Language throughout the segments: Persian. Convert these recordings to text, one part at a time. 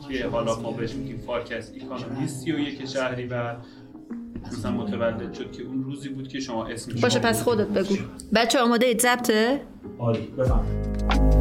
که حالا ما بهش میگیم فارکست اکانومی 31 شهریور مثلا متولد شد که اون روزی بود که شما اسمش باشه. پس خودت بگو. بچه آماده اید ضبطه؟ عالی، بفرمایید.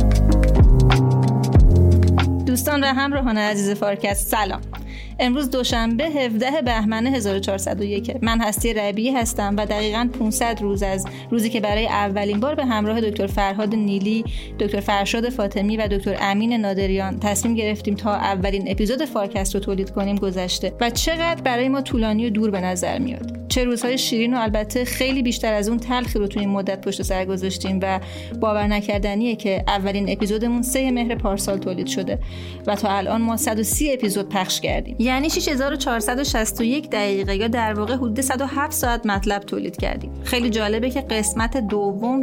دوستان و همراهان عزیز فارکست سلام. امروز دوشنبه 17 بهمن 1401. من هستی ربیعی هستم و دقیقاً 500 روز از روزی که برای اولین بار به همراه دکتر فرهاد نیلی، دکتر فرشاد فاطمی و دکتر امین نادریان تصمیم گرفتیم تا اولین اپیزود فارکست رو تولید کنیم گذشته و چقدر برای ما طولانی و دور به نظر میاد. چه روزهای شیرین و البته خیلی بیشتر از اون تلخی رو تو این مدت پشت سر گذاشتیم و باور نکردنیه که اولین اپیزودمون 3 مهر پارسال تولید شده و تا الان ما 130 اپیزود پخش کردیم. یعنی 6461 دقیقه یا در واقع حدود 107 ساعت مطلب تولید کردیم. خیلی جالبه که قسمت دوم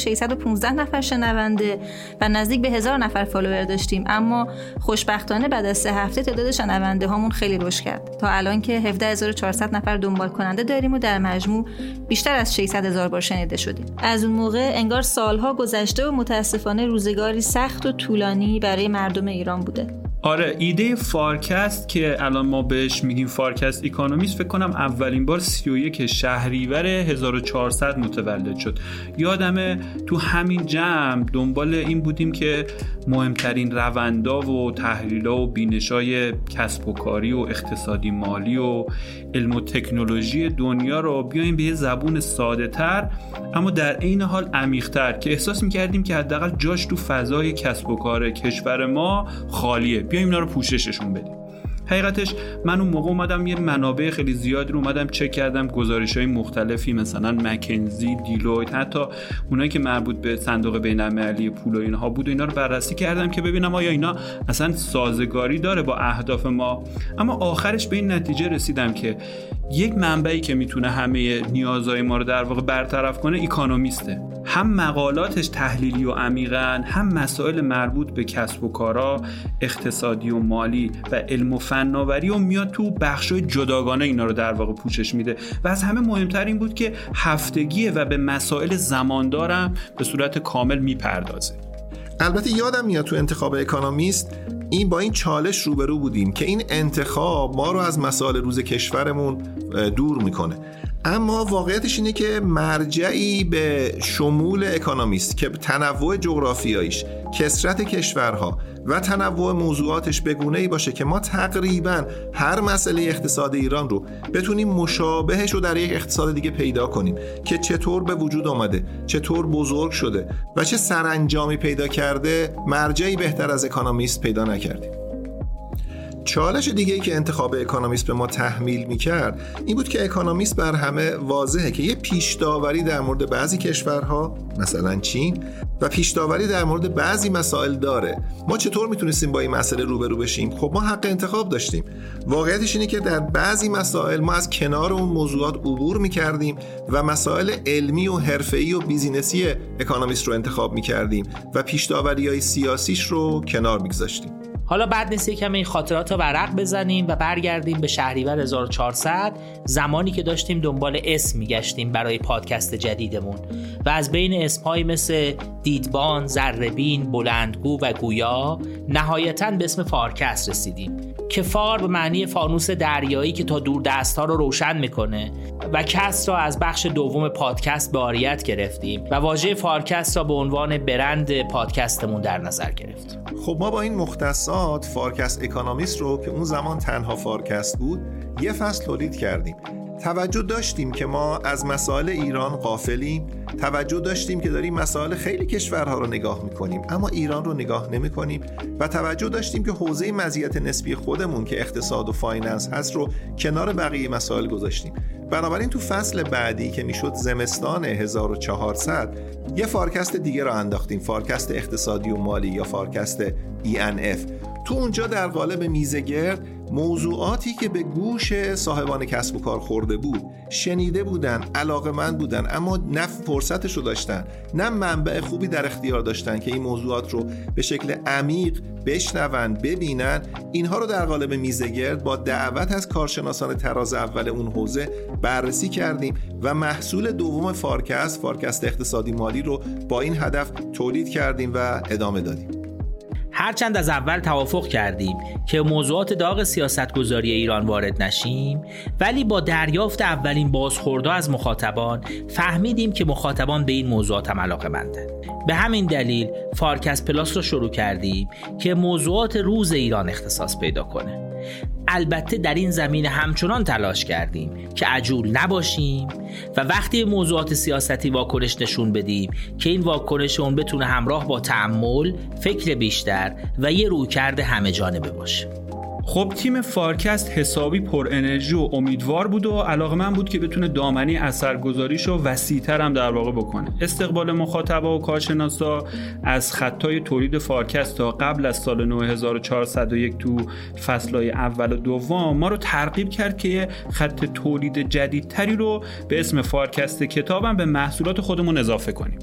2615 نفر شنونده و نزدیک به 1000 نفر فالوور داشتیم، اما خوشبختانه بعد از 3 هفته تعداد شنونده هامون خیلی رشد کرد تا الان که 17400 نفر دنبال کننده داریم و در مجموع بیشتر از 600,000 بار شنیده شدیم. از اون موقع انگار سالها گذشته و متاسفانه روزگاری سخت و طولانی برای مردم ایران بوده. آره، ایده فارکست که الان ما بهش میگیم فارکست اکانومیست فکر کنم اولین بار 31 شهریور 1400 متولد شد. یادمه تو همین جمع دنبال این بودیم که مهمترین روندا و تحلیلا و بینشای کسب و کاری و اقتصادی مالی و علم و تکنولوژی دنیا رو بیایم به یه زبون ساده تر اما در عین حال عمیق تر که احساس میکردیم که حداقل جاش تو فضای کسب و کار کشور ما خالیه، بیایم اینا رو پوشششون بدیم. حقیقتش من اون موقع اومدم یه منابع خیلی زیادی رو اومدم چک کردم، گزارش‌های مختلفی مثلا مکنزی، دیلویت، حتی اونایی که مربوط به صندوق بین‌المللی پول و اینها بود و اینا رو بررسی کردم که ببینم آیا اینا اصلا سازگاری داره با اهداف ما. اما آخرش به این نتیجه رسیدم که یک منبعی که میتونه همه نیازهای ما رو در واقع برطرف کنه اکانومیسته. هم مقالاتش تحلیلی و عمیقاً، هم مسائل مربوط به کسب و کارا، اقتصادی و مالی و علم و فناوری و میاد تو بخشای جداگانه اینا رو در واقع پوشش میده و از همه مهمتر این بود که هفتگیه و به مسائل زماندارم به صورت کامل میپردازه. البته یادم میاد تو انتخاب اکانومیست با این چالش روبرو بودیم که این انتخاب ما رو از مسائل روز کشورمون دور میکنه، اما واقعیتش اینه که مرجعی به شمول اکانومیست که تنوع جغرافیاییش، کثرت کشورها و تنوع موضوعاتش بگونه‌ای باشه که ما تقریباً هر مسئله اقتصاد ایران رو بتونیم مشابهش رو در یک اقتصاد دیگه پیدا کنیم که چطور به وجود آمده، چطور بزرگ شده و چه سرانجامی پیدا کرده، مرجعی بهتر از اکانومیست پیدا نکردیم. چالش دیگه‌ای که انتخاب اکانومیست به ما تحمیل می‌کرد این بود که اکانومیست بر همه واضحه که یه پیش‌داوری در مورد بعضی کشورها مثلا چین و پیش‌داوری در مورد بعضی مسائل داره. ما چطور میتونستیم با این مسئله روبرو بشیم؟ خب ما حق انتخاب داشتیم. واقعیتش اینه که در بعضی مسائل ما از کنار اون موضوعات عبور می‌کردیم و مسائل علمی و حرفه‌ای و بیزینسی اکانومیست رو انتخاب می‌کردیم و پیش‌داوری‌های سیاسیش رو کنار می‌گذاشتیم. حالا بعد نیست یکم این خاطرات رو ورق بزنیم و برگردیم به شهریور 1400، زمانی که داشتیم دنبال اسم میگشتیم برای پادکست جدیدمون و از بین اسم‌های مثل دیدبان، ذره‌بین، بلندگو و گویا نهایتاً به اسم فارکست رسیدیم که فار به معنی فانوس دریایی که تا دور دست‌ها رو روشن میکنه و کست را از بخش دوم پادکست به عاریت گرفتیم و واژه فارکست را به عنوان برند پادکستمون در نظر گرفتیم. خب ما با این مختصات فارکست اکانومیست رو که اون زمان تنها فارکست بود یه فصل تولید کردیم. توجه داشتیم که ما از مسائل ایران غافلیم، توجه داشتیم که داریم مسائل خیلی کشورها رو نگاه میکنیم اما ایران رو نگاه نمیکنیم و توجه داشتیم که حوزه مزیت نسبی خودمون که اقتصاد و فایننس هست رو کنار بقیه مسائل گذاشتیم. بنابراین تو فصل بعدی که میشد زمستان 1400 یه فارکست دیگه رو انداختیم، فارکست اقتصادی و مالی یا فارکست ENF. تو اونجا در قالب میزه گرد موضوعاتی که به گوش صاحبان کسب و کار خورده بود، شنیده بودن، علاقه‌مند بودن اما نه فرصتش رو داشتن نه منبع خوبی در اختیار داشتن که این موضوعات رو به شکل عمیق بشنون، ببینن، اینها رو در قالب میزه گرد با دعوت از کارشناسان تراز اول اون حوزه بررسی کردیم و محصول دوم فارکست اقتصادی مالی رو با این هدف تولید کردیم و ادامه دادیم. هرچند از اول توافق کردیم که موضوعات داغ سیاستگذاری ایران وارد نشیم، ولی با دریافت اولین بازخوردها از مخاطبان فهمیدیم که مخاطبان به این موضوعات هم علاقه‌مندند. به همین دلیل فارکست پلاس رو شروع کردیم که موضوعات روز ایران اختصاص پیدا کنه. البته در این زمینه همچنان تلاش کردیم که عجول نباشیم و وقتی موضوعات سیاستی واکنش نشون بدیم که این واکنش اون بتونه همراه با تأمل، فکر بیشتر و یه رویکرد همه جانبه باشه. خب تیم فارکست حسابی پر انرژی و امیدوار بود و علاقه‌مند بود که بتونه دامنه اثرگذاریشو وسیع‌تر هم در واقع بکنه. استقبال مخاطبا و کارشناسا از خطای تولید فارکست تا قبل از سال 9401 تو فصل‌های اول و دوم ما رو ترغیب کرد که یه خط تولید جدیدتری رو به اسم فارکست کتابم به محصولات خودمون اضافه کنیم.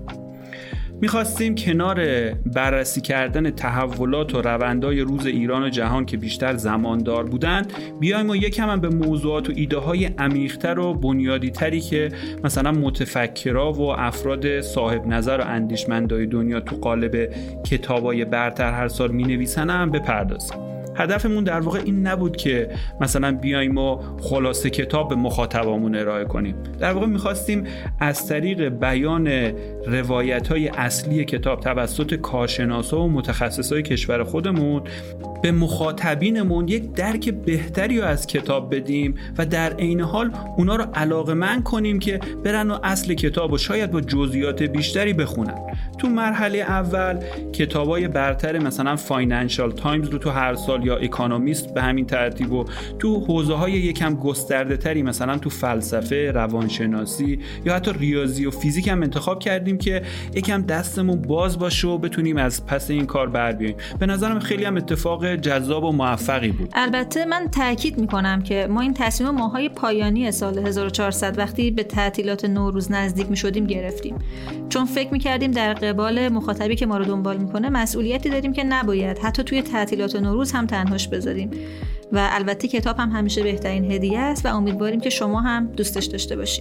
میخواستیم کنار بررسی کردن تحولات و روندهای روز ایران و جهان که بیشتر زماندار بودن، بیایم و یکم هم به موضوعات و ایده های عمیق‌تر و بنیادی‌تری که مثلا متفکرها و افراد صاحب نظر و اندیشمندای دنیا تو قالب کتابای برتر هر سال مینویسن هم بپردازیم. هدفمون در واقع این نبود که مثلا بیایم و خلاصه کتاب به مخاطبامون ارائه کنیم. در واقع میخواستیم از طریق بیان روایت‌های اصلی کتاب توسط کارشناسا و متخصصای کشور خودمون به مخاطبینمون یک درک بهتری رو از کتاب بدیم و در عین حال اونا رو علاقه‌مند کنیم که برن و اصل کتاب و شاید با جزئیات بیشتری بخونن. تو مرحله اول کتابای برتر مثلا فاینانشال تایمز رو تو هر سال یا اکونومیست به همین ترتیب و تو حوزه‌های یکم گسترده تری مثلا تو فلسفه، روانشناسی یا حتی ریاضی و فیزیک هم انتخاب کردیم که یکم دستمون باز باشه و بتونیم از پس این کار بر بیاییم. به نظرم خیلی هم اتفاق جذاب و موفقی بود. البته من تاکید میکنم که ما این تصمیم ماهای پایانی سال 1400 وقتی به تعطیلات نوروز نزدیک میشدیم گرفتیم، چون فکر میکردیم در قبال مخاطبی که ما رو دنبال میکنه مسئولیتی داریم که نباید حتی توی تعطیلات نوروز هم تنهاش بذاریم و البته کتاب هم همیشه بهترین هدیه است و امیدواریم که شما هم دوستش داشته باشید.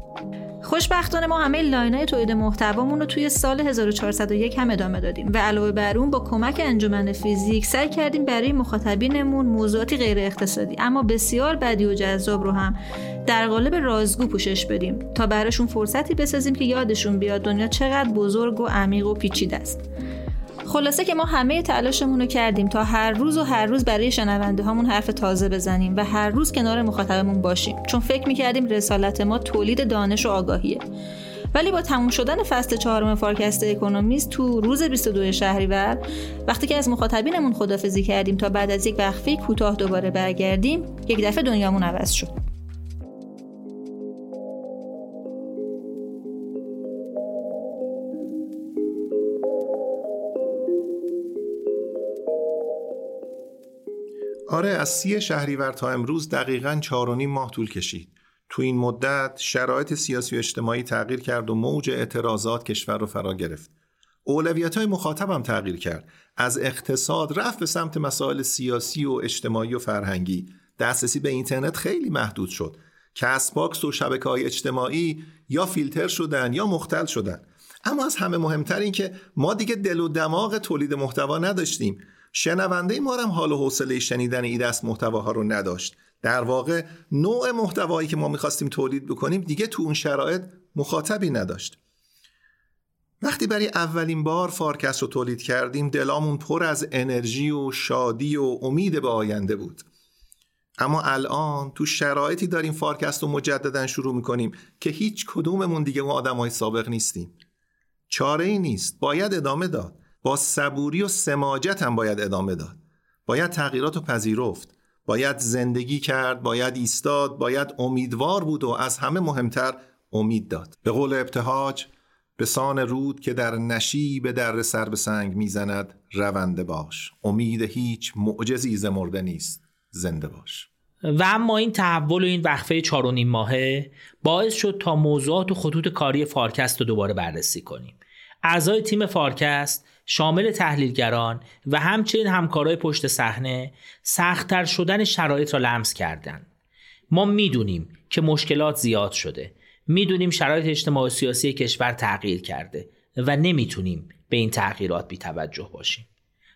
خوشبختانه ما همه لاین‌های تولید محتوامون رو توی سال 1401 هم ادامه دادیم و علاوه بر اون با کمک انجمن فیزیک سعی کردیم برای مخاطبینمون موضوعاتی غیر اقتصادی اما بسیار بدیع و جذاب رو هم در قالب رازگو پوشش بدیم تا براشون فرصتی بسازیم که یادشون بیاد دنیا چقدر بزرگ و عمیق و پیچیده است. خلاصه که ما همه تلاشمون رو کردیم تا هر روز برای شنونده هامون حرف تازه بزنیم و هر روز کنار مخاطبمون باشیم، چون فکر می‌کردیم رسالت ما تولید دانش و آگاهیه. ولی با تموم شدن فصل 4 فارکست اکونومیست تو روز 22 شهریور وقتی که از مخاطبینمون خداحافظی کردیم تا بعد از یک وقفه کوتاه دوباره برگردیم، یک دفعه دنیامون عوض شد. آره، از 30 شهریور تا امروز دقیقاً 4.5 ماه طول کشید. تو این مدت شرایط سیاسی و اجتماعی تغییر کرد و موج اعتراضات کشور رو فرا گرفت. اولویت‌های مخاطبم تغییر کرد. از اقتصاد رفت به سمت مسائل سیاسی و اجتماعی و فرهنگی. دسترسی به اینترنت خیلی محدود شد. کست باکس و شبکه‌های اجتماعی یا فیلتر شدن یا مختل شدن. اما از همه مهمتر این که ما دیگه دل و دماغ تولید محتوا نداشتیم. شنونده ما هم حال و حوصله شنیدن این دست محتواها رو نداشت. در واقع نوع محتوایی که ما می‌خواستیم تولید بکنیم دیگه تو اون شرایط مخاطبی نداشت. وقتی برای اولین بار فارکست رو تولید کردیم دلامون پر از انرژی و شادی و امید به آینده بود. اما الان تو شرایطی داریم فارکست رو مجدداً شروع می‌کنیم که هیچ کدوممون دیگه اون آدم‌های سابق نیستیم. چاره‌ای نیست، باید ادامه داد. با صبوری و سماجت هم باید ادامه داد. باید تغییرات رو پذیرفت. باید زندگی کرد، باید ایستاد، باید امیدوار بود و از همه مهمتر امید داد. به قول ابتهاج، به سان رود که در نشیب در سر به سنگ میزند رونده باش. امید هیچ معجزی ز مرده نیست، زنده باش. و اما این تحول و این وقفه 4.5 ماهه باعث شد تا موضوعات و خطوط کاری فارکست رو دوباره بررسی کنیم. اعضای تیم فارکست شامل تحلیلگران و همچنین همکارای پشت صحنه سخت‌تر شدن شرایط را لمس کردند. ما میدونیم که مشکلات زیاد شده. میدونیم شرایط اجتماعی و سیاسی کشور تغییر کرده و نمیتونیم به این تغییرات بی توجه باشیم.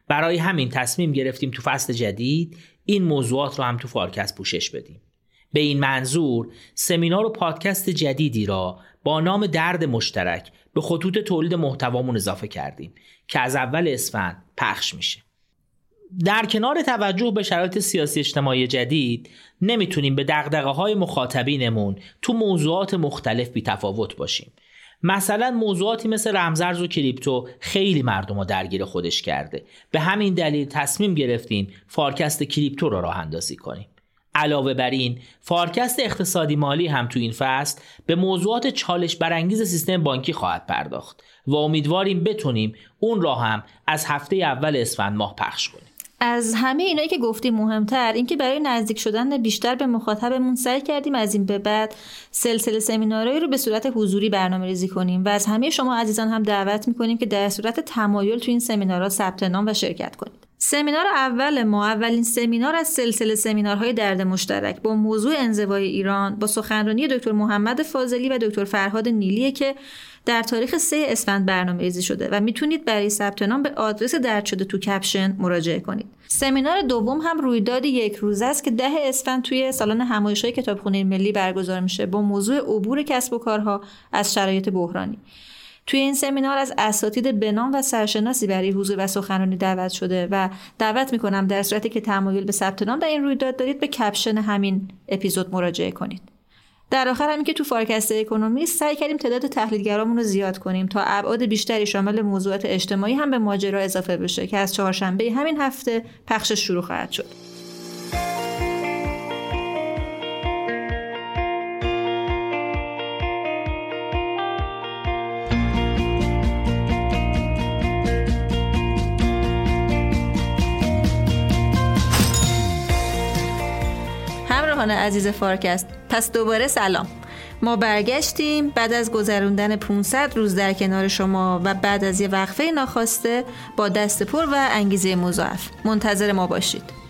برای همین تصمیم گرفتیم تو فصل جدید این موضوعات رو هم تو فارکست پوشش بدیم. به این منظور سمینار و پادکست جدیدی را با نام درد مشترک به خطوط تولید محتوامون اضافه کردیم که از اول اسفند پخش میشه. در کنار توجه به شرایط سیاسی اجتماعی جدید نمیتونیم به دغدغه‌های مخاطبینمون تو موضوعات مختلف بی‌تفاوت باشیم. مثلا موضوعاتی مثل رمزارز و کریپتو خیلی مردمو درگیر خودش کرده. به همین دلیل تصمیم گرفتیم فارکست کریپتو رو راه اندازی کنیم. علاوه بر این فارکست اقتصادی مالی هم تو این فصل به موضوعات چالش برانگیز سیستم بانکی خواهد پرداخت و امیدواریم بتونیم اون را هم از هفته اول اسفند ماه پخش کنیم. از همه اینایی که گفتیم مهمتر این که برای نزدیک شدن بیشتر به مخاطبمون سعی کردیم از این به بعد سلسله سمینارهایی رو به صورت حضوری برنامه‌ریزی کنیم و از همه شما عزیزان هم دعوت می‌کنیم که در صورت تمایل تو این سمینارها ثبت نام و شرکت کنید. سمینار اول ما اولین سمینار از سلسله سمینارهای درد مشترک با موضوع انزوای ایران با سخنرانی دکتر محمد فاضلی و دکتر فرهاد نیلیه که در تاریخ 3 اسفند برنامه‌ریزی شده و میتونید برای ثبت نام به آدرس درج شده تو کپشن مراجعه کنید. سمینار دوم هم رویداد یک روزه است که 10 اسفند توی سالن همایش‌های کتابخونه ملی برگزار میشه با موضوع عبور کسب و کارها از شرایط بحرانی. توی این سمینار از اساتید بنام و سرشناسی برای حضور و سخنرانی دعوت شده و دعوت میکنم در صورتی که تمایل به ثبت نام در این رویداد دارید به کپشن همین اپیزود مراجعه کنید. در آخر همین که تو فارکست اکونومی سعی کردیم تعداد تحلیلگرامون رو زیاد کنیم تا ابعاد بیشتری شامل موضوعات اجتماعی هم به ماجرا اضافه بشه که از چهارشنبه همین هفته پخشش شروع خواهد شد. عزیز فارکست، پس دوباره سلام. ما برگشتیم بعد از گذروندن 500 روز در کنار شما و بعد از یه وقفه ناخواسته با دست پر و انگیزه مضاعف. منتظر ما باشید.